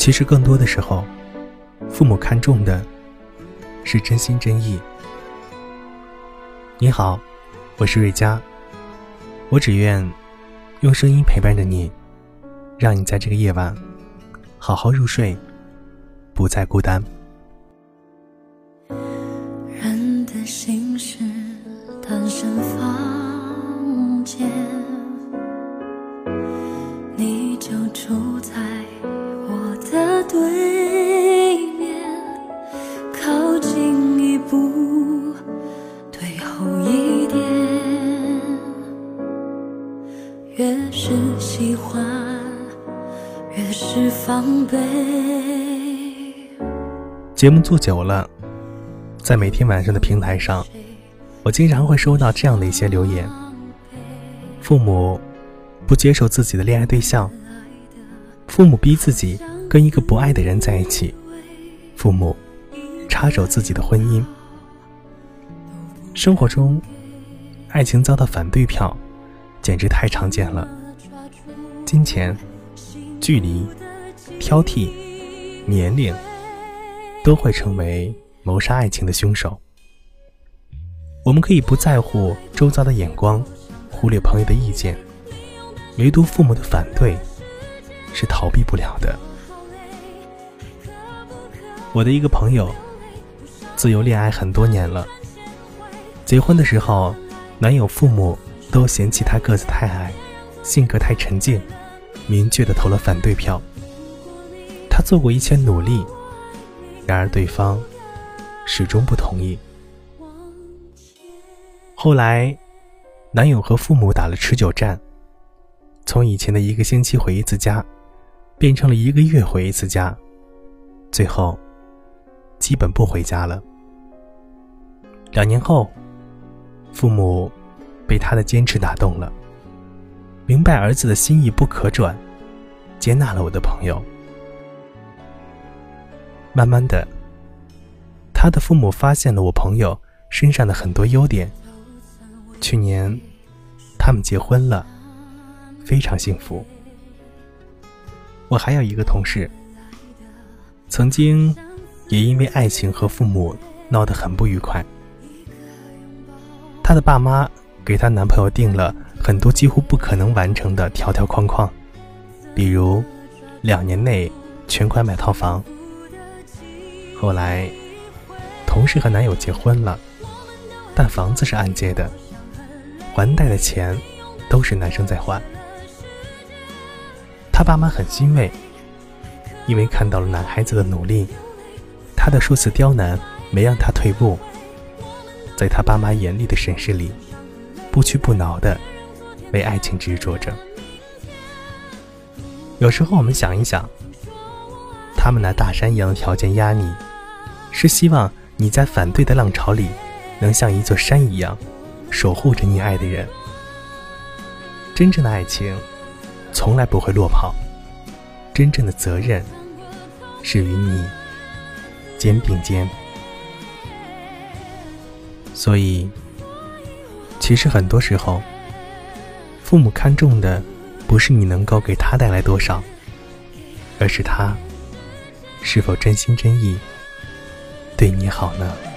其实更多的时候，父母看重的是真心真意。你好，我是瑞佳，我只愿用声音陪伴着你，让你在这个夜晚好好入睡，不再孤单。 人的心事单身房间，你就住在我的对面，靠近一步，退后一点，越是喜欢越是防备。 节目做久了，在每天晚上的平台上，我经常会收到这样的一些留言：父母不接受自己的恋爱对象，父母逼自己跟一个不爱的人在一起，父母插手自己的婚姻。生活中，爱情遭到反对票简直太常见了。金钱、距离、挑剔、年龄都会成为谋杀爱情的凶手。我们可以不在乎周遭的眼光，忽略朋友的意见，唯独父母的反对是逃避不了的。我的一个朋友自由恋爱很多年了，结婚的时候，男友父母都嫌弃他个子太矮，性格太沉静，明确地投了反对票。他做过一切努力，然而对方始终不同意。后来男友和父母打了持久战，从以前的1个星期回一次家变成了1个月回一次家，最后基本不回家了。2年后，父母被他的坚持打动了，明白儿子的心意不可转，接纳了我的朋友。慢慢的，他的父母发现了我朋友身上的很多优点。去年他们结婚了，非常幸福。我还有一个同事，曾经也因为爱情和父母闹得很不愉快。她的爸妈给她男朋友定了很多几乎不可能完成的条条框框，比如2年内全款买套房。后来同事和男友结婚了，但房子是按揭的，还贷的钱都是男生在还。他爸妈很欣慰，因为看到了男孩子的努力，他的数次刁难没让他退步，在他爸妈严厉的审视里，不屈不挠地为爱情执着着。有时候我们想一想，他们拿大山一样的条件压你，是希望你在反对的浪潮里能像一座山一样守护着你爱的人。真正的爱情从来不会落跑，真正的责任是与你肩并肩。所以其实很多时候，父母看重的不是你能够给他带来多少，而是他是否真心真意对你好呢？